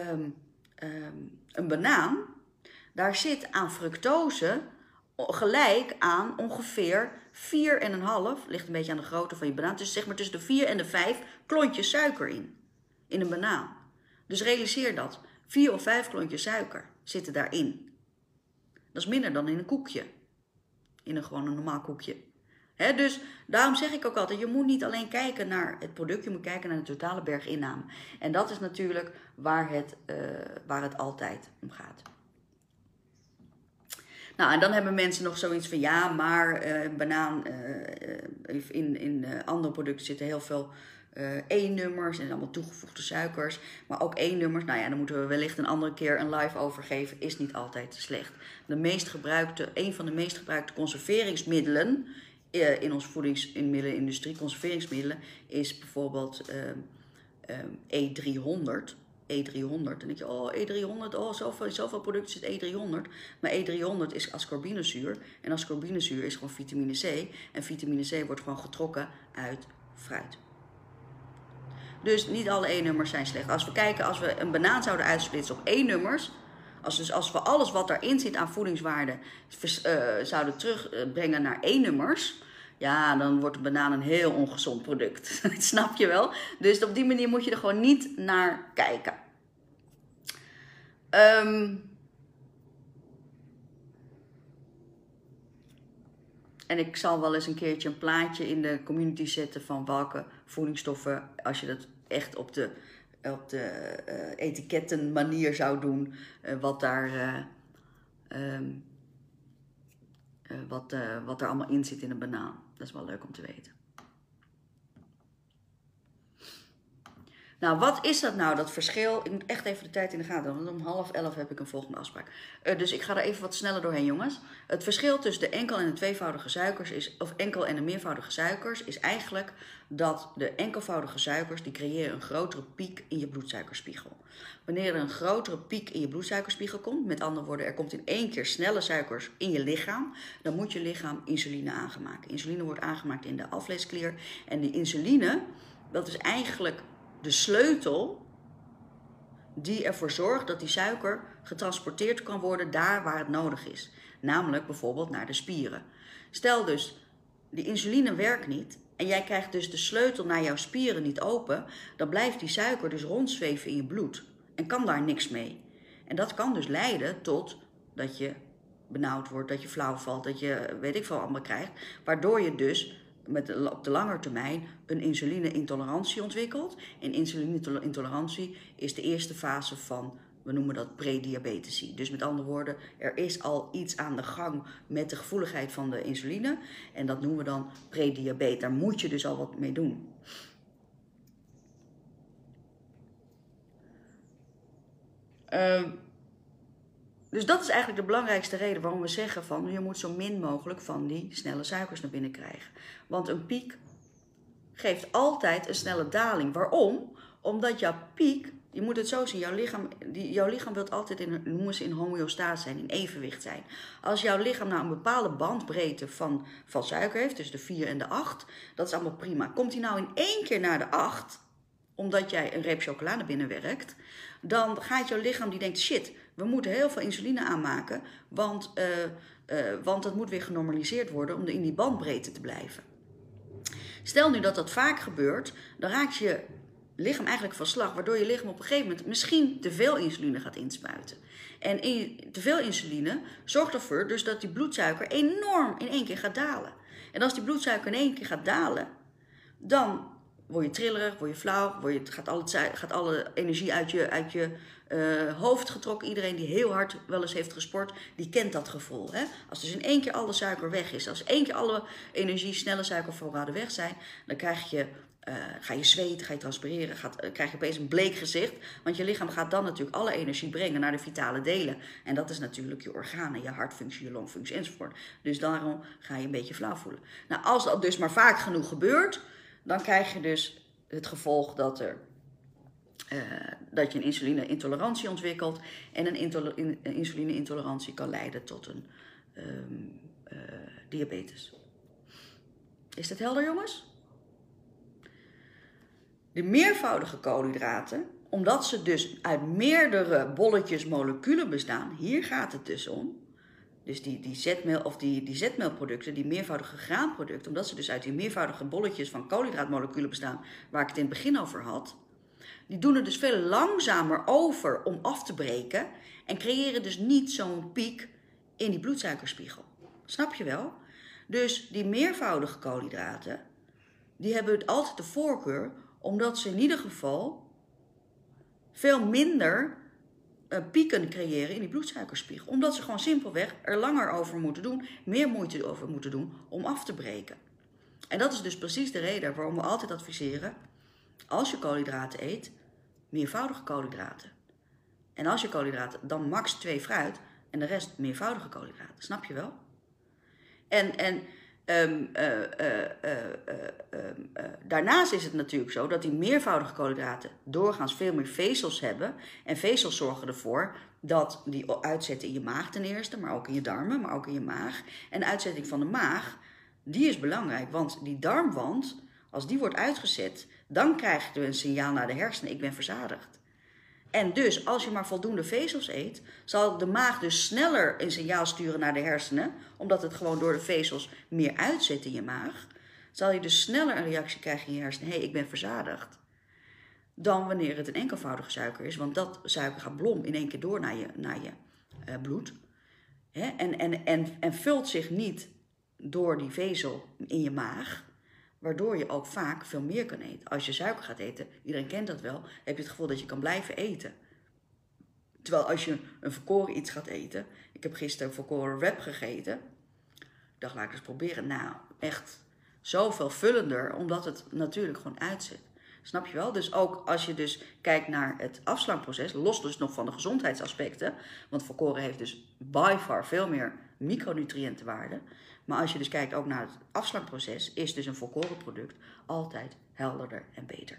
een banaan, daar zit aan fructose gelijk aan ongeveer 4,5, ligt een beetje aan de grootte van je banaan, dus zeg maar tussen de 4 en de 5 klontjes suiker in een banaan. Dus realiseer dat. 4 of 5 klontjes suiker zitten daarin. Dat is minder dan in een koekje. In gewoon een normaal koekje. Dus daarom zeg ik ook altijd, je moet niet alleen kijken naar het product, je moet kijken naar de totale berginname. En dat is natuurlijk waar het altijd om gaat. Nou, en dan hebben mensen nog zoiets van, ja, maar banaan, in andere producten zitten heel veel E-nummers en allemaal toegevoegde suikers, maar ook E-nummers. Nou ja, daar moeten we wellicht een andere keer een live over geven, is niet altijd slecht. Een van de meest gebruikte conserveringsmiddelen in onze voedingsmiddelenindustrie, conserveringsmiddelen, is bijvoorbeeld E300. E300. Dan denk je, oh E300, oh zoveel producten zit E300. Maar E300 is ascorbinezuur. En ascorbinezuur is gewoon vitamine C. En vitamine C wordt gewoon getrokken uit fruit. Dus niet alle E-nummers zijn slecht. Als we een banaan zouden uitsplitsen op E-nummers, als we alles wat daarin zit aan voedingswaarde zouden terugbrengen naar E-nummers, ja, dan wordt een banaan een heel ongezond product. Snap je wel? Dus op die manier moet je er gewoon niet naar kijken. En ik zal wel eens een keertje een plaatje in de community zetten van welke voedingsstoffen, als je dat echt op de etiketten manier zou doen, wat er allemaal in zit in een banaan. Dat is wel leuk om te weten. Nou, wat is dat nou, dat verschil? Ik moet echt even de tijd in de gaten houden, want om 10:30 heb ik een volgende afspraak. Dus ik ga er even wat sneller doorheen, jongens. Het verschil tussen de enkel- en de tweevoudige suikers enkel- en de meervoudige suikers is eigenlijk dat de enkelvoudige suikers, die creëren een grotere piek in je bloedsuikerspiegel. Wanneer er een grotere piek in je bloedsuikerspiegel komt, met andere woorden, er komt in één keer snelle suikers in je lichaam, dan moet je lichaam insuline aangemaakt. Insuline wordt aangemaakt in de alvleesklier. En die insuline, dat is eigenlijk de sleutel die ervoor zorgt dat die suiker getransporteerd kan worden daar waar het nodig is. Namelijk bijvoorbeeld naar de spieren. Stel dus, die insuline werkt niet en jij krijgt dus de sleutel naar jouw spieren niet open, dan blijft die suiker dus rondzweven in je bloed en kan daar niks mee. En dat kan dus leiden tot dat je benauwd wordt, dat je flauw valt, dat je weet ik veel allemaal krijgt, waardoor je dus op de lange termijn een insuline-intolerantie ontwikkelt. En insuline-intolerantie is de eerste fase van, we noemen dat prediabetici. Dus met andere woorden, er is al iets aan de gang met de gevoeligheid van de insuline. En dat noemen we dan prediabetes. Daar moet je dus al wat mee doen. Dus dat is eigenlijk de belangrijkste reden waarom we zeggen van je moet zo min mogelijk van die snelle suikers naar binnen krijgen. Want een piek geeft altijd een snelle daling. Waarom? Omdat jouw piek, je moet het zo zien, jouw lichaam wil altijd noemen ze in homeostase zijn, in evenwicht zijn. Als jouw lichaam nou een bepaalde bandbreedte van suiker heeft, dus de 4 en de 8, dat is allemaal prima. Komt hij nou in één keer naar de 8, omdat jij een reep chocolade binnenwerkt, dan gaat jouw lichaam die denkt, shit, we moeten heel veel insuline aanmaken, want dat moet weer genormaliseerd worden om in die bandbreedte te blijven. Stel nu dat dat vaak gebeurt, dan raakt je lichaam eigenlijk van slag, waardoor je lichaam op een gegeven moment misschien te veel insuline gaat inspuiten. En te veel insuline zorgt ervoor dus dat die bloedsuiker enorm in één keer gaat dalen. En als die bloedsuiker in één keer gaat dalen, dan word je trillerig, word je flauw, gaat alle energie uit je hoofd getrokken. Iedereen die heel hard wel eens heeft gesport, die kent dat gevoel. Hè? Als dus in één keer alle suiker weg is, als één keer alle energie, snelle suikervoorraden weg zijn, dan ga je zweten, ga je transpireren, krijg je opeens een bleek gezicht. Want je lichaam gaat dan natuurlijk alle energie brengen naar de vitale delen. En dat is natuurlijk je organen, je hartfunctie, je longfunctie enzovoort. Dus daarom ga je een beetje flauw voelen. Nou, als dat dus maar vaak genoeg gebeurt, dan krijg je dus het gevolg dat je een insuline-intolerantie ontwikkelt. En een insuline-intolerantie kan leiden tot een diabetes. Is dat helder, jongens? De meervoudige koolhydraten, omdat ze dus uit meerdere bolletjes moleculen bestaan, hier gaat het dus om. Dus die zetmeelproducten, die meervoudige graanproducten, omdat ze dus uit die meervoudige bolletjes van koolhydraatmoleculen bestaan, waar ik het in het begin over had, die doen er dus veel langzamer over om af te breken en creëren dus niet zo'n piek in die bloedsuikerspiegel. Snap je wel? Dus die meervoudige koolhydraten, die hebben altijd de voorkeur, omdat ze in ieder geval veel minder pieken creëren in die bloedsuikerspiegel. Omdat ze gewoon simpelweg er langer over moeten doen, meer moeite over moeten doen om af te breken. En dat is dus precies de reden waarom we altijd adviseren, als je koolhydraten eet, meervoudige koolhydraten. En als je koolhydraten, dan max 2 fruit en de rest meervoudige koolhydraten. Snap je wel? Daarnaast is het natuurlijk zo dat die meervoudige koolhydraten doorgaans veel meer vezels hebben. En vezels zorgen ervoor dat die uitzetten in je maag ten eerste, maar ook in je darmen, maar ook in je maag. En de uitzetting van de maag, die is belangrijk, want die darmwand, als die wordt uitgezet, dan krijg je een signaal naar de hersenen, ik ben verzadigd. En dus, als je maar voldoende vezels eet, zal de maag dus sneller een signaal sturen naar de hersenen, omdat het gewoon door de vezels meer uitzet in je maag, zal je dus sneller een reactie krijgen in je hersenen, hé, ik ben verzadigd, dan wanneer het een enkelvoudige suiker is, want dat suiker gaat blom in één keer door naar je bloed. Hè? En vult zich niet door die vezel in je maag, waardoor je ook vaak veel meer kan eten. Als je suiker gaat eten, iedereen kent dat wel, heb je het gevoel dat je kan blijven eten. Terwijl als je een volkoren iets gaat eten, ik heb gisteren een volkoren wrap gegeten, ik dacht, laat ik eens proberen. Nou, echt zoveel vullender, omdat het natuurlijk gewoon uitzet. Snap je wel? Dus ook als je dus kijkt naar het afslankproces, los dus nog van de gezondheidsaspecten, want volkoren heeft dus by far veel meer micronutriëntenwaarde. Maar als je dus kijkt ook naar het afslankproces, is dus een volkoren product altijd helderder en beter.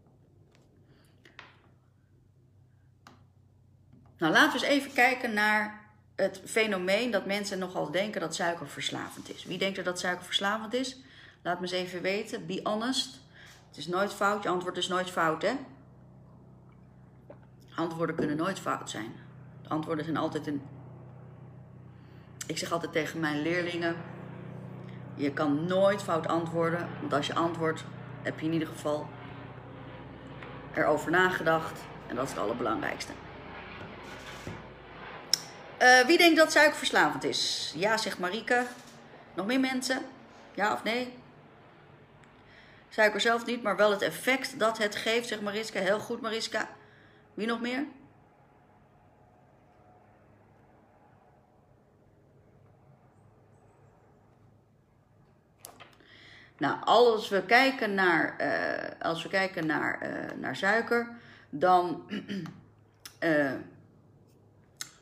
Nou, laten we eens even kijken naar het fenomeen dat mensen nogal denken dat suiker verslavend is. Wie denkt er dat suiker verslavend is? Laat me eens even weten. Be honest. Het is nooit fout. Je antwoord is nooit fout, hè? Antwoorden kunnen nooit fout zijn. De antwoorden zijn altijd een... Ik zeg altijd tegen mijn leerlingen, je kan nooit fout antwoorden. Want als je antwoordt, heb je in ieder geval erover nagedacht. En dat is het allerbelangrijkste. Wie denkt dat suiker verslavend is? Ja, zegt Marieke. Nog meer mensen? Ja of nee? Suiker zelf niet, maar wel het effect dat het geeft, zegt Mariska. Heel goed, Mariska. Wie nog meer? Nou, als we kijken naar suiker, dan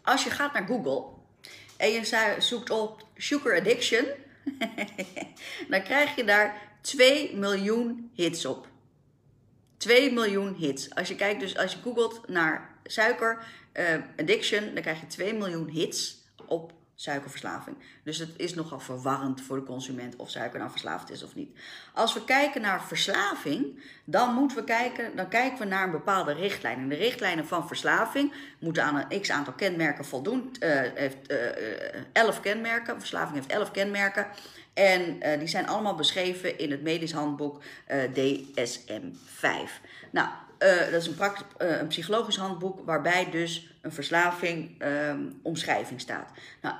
Als je gaat naar Google en je zoekt op sugar addiction, dan krijg je daar 2 miljoen hits op. 2 miljoen hits. Als je kijkt, dus als je googelt naar suiker addiction, dan krijg je 2 miljoen hits op suikerverslaving. Dus het is nogal verwarrend voor de consument of suiker nou verslaafd is of niet. Als we kijken naar verslaving, dan kijken we naar een bepaalde richtlijn. En de richtlijnen van verslaving moeten aan een x-aantal kenmerken voldoen. Heeft 11 kenmerken. Verslaving heeft 11 kenmerken. En die zijn allemaal beschreven in het medisch handboek DSM-5. Nou, dat is een psychologisch handboek waarbij dus een verslaving omschrijving staat. Nou,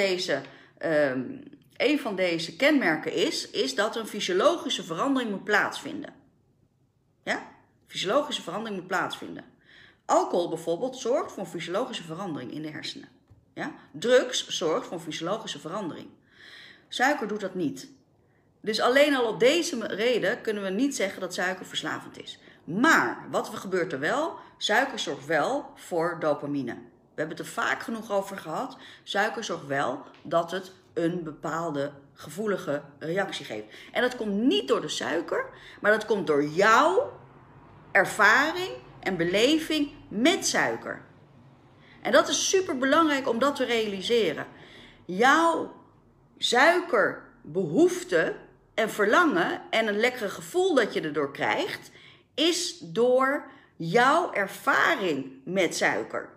een van deze kenmerken is dat een fysiologische verandering moet plaatsvinden. Ja? Fysiologische verandering moet plaatsvinden. Alcohol bijvoorbeeld zorgt voor een fysiologische verandering in de hersenen. Ja? Drugs zorgt voor een fysiologische verandering. Suiker doet dat niet. Dus alleen al op deze reden kunnen we niet zeggen dat suiker verslavend is. Maar wat gebeurt er wel? Suiker zorgt wel voor dopamine. We hebben het er vaak genoeg over gehad. Suiker zorgt wel dat het een bepaalde gevoelige reactie geeft. En dat komt niet door de suiker, maar dat komt door jouw ervaring en beleving met suiker. En dat is super belangrijk om dat te realiseren. Jouw suikerbehoefte en verlangen en een lekkere gevoel dat je erdoor krijgt, is door jouw ervaring met suiker.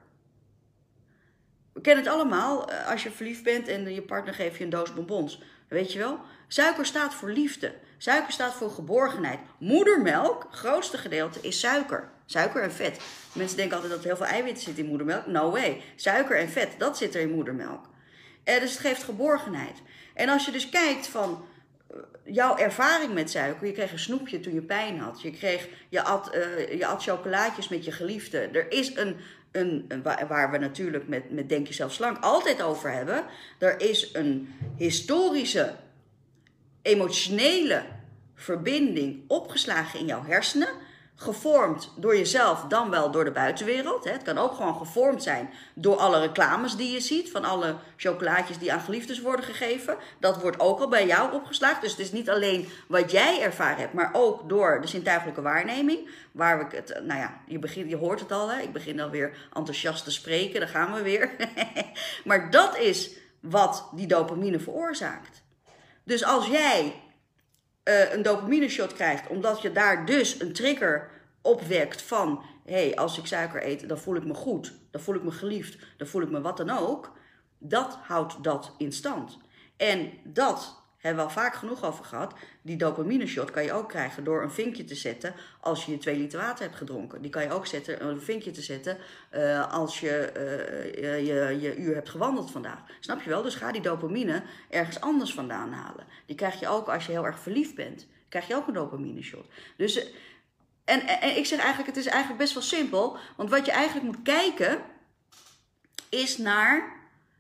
We kennen het allemaal, als je verliefd bent en je partner geeft je een doos bonbons. Weet je wel? Suiker staat voor liefde. Suiker staat voor geborgenheid. Moedermelk, het grootste gedeelte, is suiker. Suiker en vet. Mensen denken altijd dat er heel veel eiwitten zitten in moedermelk. No way. Suiker en vet, dat zit er in moedermelk. Dus het geeft geborgenheid. En als je dus kijkt van jouw ervaring met suiker. Je kreeg een snoepje toen je pijn had. Je at chocolaatjes met je geliefde. Er is waar we natuurlijk met Denk Jezelf Slank altijd over hebben. Er is een historische, emotionele verbinding opgeslagen in jouw hersenen. Gevormd door jezelf, dan wel door de buitenwereld. Het kan ook gewoon gevormd zijn door alle reclames die je ziet. Van alle chocolaatjes die aan geliefdes worden gegeven. Dat wordt ook al bij jou opgeslagen. Dus het is niet alleen wat jij ervaren hebt, maar ook door de zintuigelijke waarneming. Waar we het, je hoort het al. Hè? Ik begin alweer enthousiast te spreken. Daar gaan we weer. Maar dat is wat die dopamine veroorzaakt. Dus als jij een dopamine shot krijgt, omdat je daar dus een trigger opwekt van, als ik suiker eet, dan voel ik me goed, dan voel ik me geliefd, dan voel ik me wat dan ook, dat houdt dat in stand. En dat hebben we al vaak genoeg over gehad. Die dopamine shot kan je ook krijgen door een vinkje te zetten als je 2 liter water hebt gedronken. Die kan je ook zetten, een vinkje te zetten als je je uur hebt gewandeld vandaag. Snap je wel? Dus ga die dopamine ergens anders vandaan halen. Die krijg je ook als je heel erg verliefd bent. Krijg je ook een dopamine shot. Dus, en ik zeg eigenlijk, het is eigenlijk best wel simpel. Want wat je eigenlijk moet kijken is naar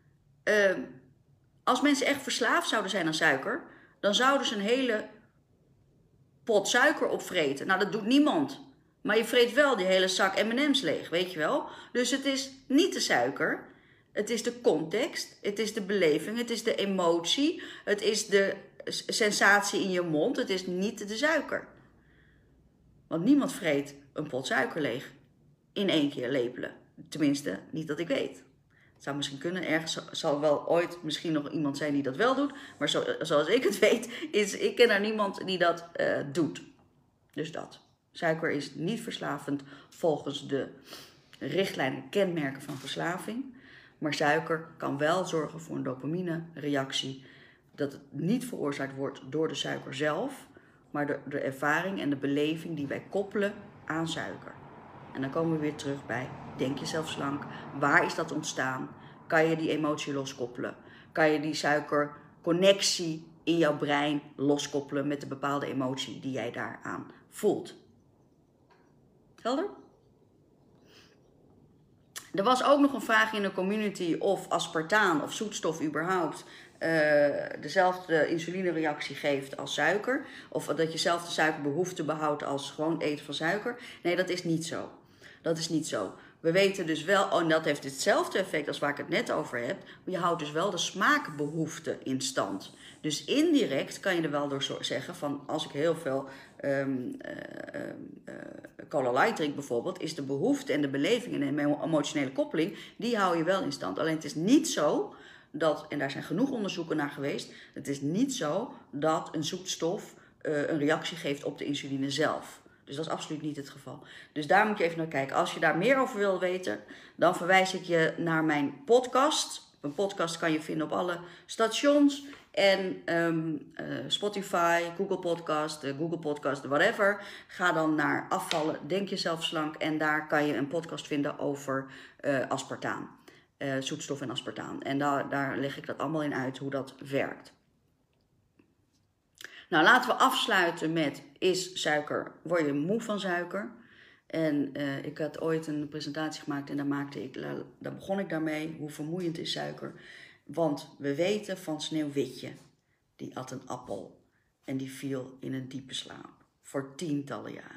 als mensen echt verslaafd zouden zijn aan suiker, dan zouden ze een hele pot suiker opvreten. Nou, dat doet niemand. Maar je vreet wel die hele zak M&M's leeg, weet je wel? Dus het is niet de suiker. Het is de context. Het is de beleving. Het is de emotie. Het is de sensatie in je mond. Het is niet de suiker. Want niemand vreet een pot suiker leeg in 1 keer lepelen. Tenminste, niet dat ik weet. Het zou misschien kunnen, ergens zal wel ooit misschien nog iemand zijn die dat wel doet. Maar zoals ik het weet, ik ken er niemand die dat doet. Dus dat. Suiker is niet verslavend volgens de richtlijnen kenmerken van verslaving. Maar suiker kan wel zorgen voor een dopamine-reactie. Dat het niet veroorzaakt wordt door de suiker zelf, maar door de ervaring en de beleving die wij koppelen aan suiker. En dan komen we weer terug bij Denk Jezelf Slank. Waar is dat ontstaan? Kan je die emotie loskoppelen? Kan je die suikerconnectie in jouw brein loskoppelen met de bepaalde emotie die jij daaraan voelt? Helder? Er was ook nog een vraag in de community of aspartaan of zoetstof überhaupt dezelfde insulinereactie geeft als suiker. Of dat je zelf de suikerbehoefte behoudt als gewoon eten van suiker. Nee, dat is niet zo. Dat is niet zo. we weten dus wel, en dat heeft hetzelfde effect als waar ik het net over heb, maar je houdt dus wel de smaakbehoefte in stand. Dus indirect kan je er wel door zeggen van, als ik heel veel Cola Light drink bijvoorbeeld, is de behoefte en de beleving en de emotionele koppeling, die hou je wel in stand. Alleen het is niet zo dat, en daar zijn genoeg onderzoeken naar geweest, het is niet zo dat een zoetstof een reactie geeft op de insuline zelf. Dus dat is absoluut niet het geval. Dus daar moet je even naar kijken. Als je daar meer over wil weten, dan verwijs ik je naar mijn podcast. Mijn podcast kan je vinden op alle stations. En Spotify, Google Podcast, whatever. Ga dan naar afvallen, denk jezelf slank. En daar kan je een podcast vinden over aspartaan. Zoetstof en aspartaan. En daar leg ik dat allemaal in uit hoe dat werkt. Nou, laten we afsluiten met, word je moe van suiker? En ik had ooit een presentatie gemaakt en daar begon ik daarmee, hoe vermoeiend is suiker. Want we weten van Sneeuwwitje, die at een appel en die viel in een diepe slaap voor tientallen jaren.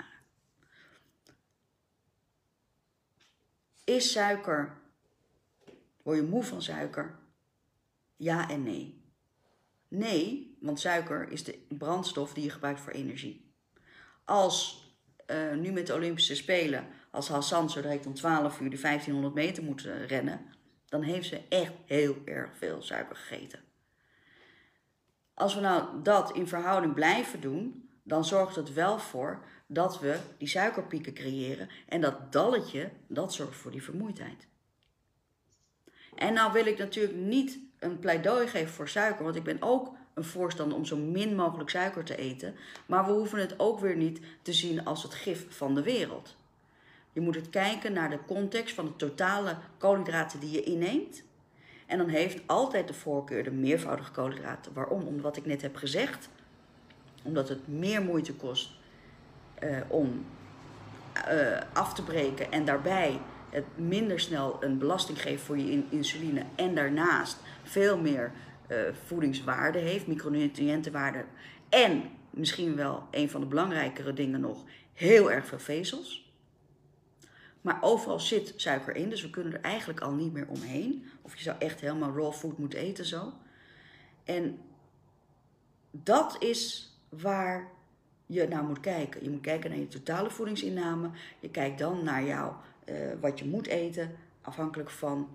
Is suiker, word je moe van suiker? Ja en nee. Nee, want suiker is de brandstof die je gebruikt voor energie. Als nu met de Olympische Spelen, als Hassan zo direct om 12 uur de 1500 meter moet rennen, dan heeft ze echt heel erg veel suiker gegeten. Als we nou dat in verhouding blijven doen, dan zorgt het wel voor dat we die suikerpieken creëren. En dat dalletje, dat zorgt voor die vermoeidheid. En nou wil ik natuurlijk niet een pleidooi geven voor suiker, want ik ben ook een voorstander om zo min mogelijk suiker te eten. Maar we hoeven het ook weer niet te zien als het gif van de wereld. Je moet het kijken naar de context van de totale koolhydraten die je inneemt. En dan heeft altijd de voorkeur de meervoudige koolhydraten. Waarom? Om wat ik net heb gezegd. Omdat het meer moeite kost om af te breken en daarbij het minder snel een belasting geeft voor je insuline en daarnaast veel meer voedingswaarde heeft, micronutriëntenwaarde en misschien wel een van de belangrijkere dingen nog, heel erg veel vezels. Maar overal zit suiker in, dus we kunnen er eigenlijk al niet meer omheen. Of je zou echt helemaal raw food moeten eten zo. En dat is waar je naar moet kijken. Je moet kijken naar je totale voedingsinname. Je kijkt dan naar wat je moet eten, afhankelijk van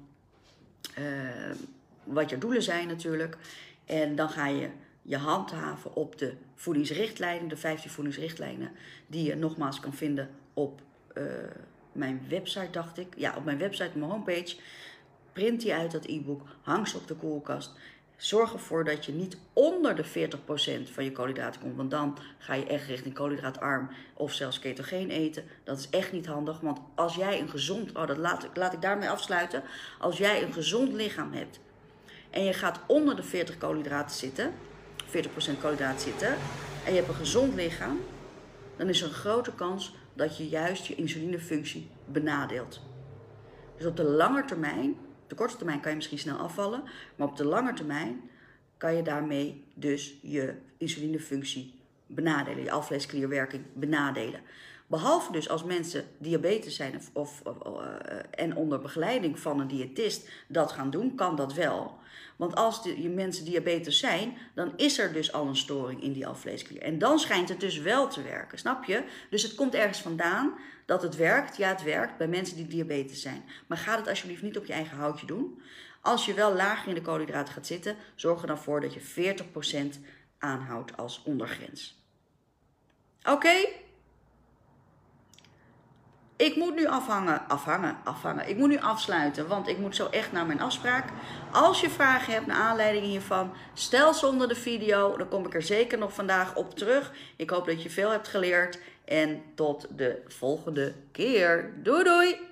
wat je doelen zijn natuurlijk. En dan ga je handhaven op de voedingsrichtlijnen, de 15 voedingsrichtlijnen, die je nogmaals kan vinden op mijn website, dacht ik. Ja, op mijn website, op mijn homepage. Print die uit, dat e-book, hang ze op de koelkast. Zorg ervoor dat je niet onder de 40% van je koolhydraten komt. Want dan ga je echt richting koolhydraatarm of zelfs ketogeen eten. Dat is echt niet handig. Want als jij een gezond, laat ik daarmee afsluiten. Als jij een gezond lichaam hebt en je gaat onder de 40% koolhydraten zitten. En je hebt een gezond lichaam. Dan is er een grote kans dat je juist je insulinefunctie benadeelt. Dus op de lange termijn, op de korte termijn kan je misschien snel afvallen, maar op de lange termijn kan je daarmee dus je insulinefunctie benadelen, je alvleesklierwerking benadelen. Behalve dus als mensen diabetes zijn en onder begeleiding van een diëtist dat gaan doen, kan dat wel. Want als je mensen diabetes zijn, dan is er dus al een storing in die alvleesklier. En dan schijnt het dus wel te werken, snap je? Dus het komt ergens vandaan dat het werkt. Ja, het werkt bij mensen die diabetes zijn. Maar ga het alsjeblieft niet op je eigen houtje doen. Als je wel lager in de koolhydraten gaat zitten, zorg er dan voor dat je 40% aanhoudt als ondergrens. Oké? Ik moet nu afhangen. Ik moet nu afsluiten, want ik moet zo echt naar mijn afspraak. Als je vragen hebt naar aanleiding hiervan, stel ze onder de video. Dan kom ik er zeker nog vandaag op terug. Ik hoop dat je veel hebt geleerd. En tot de volgende keer. Doei doei!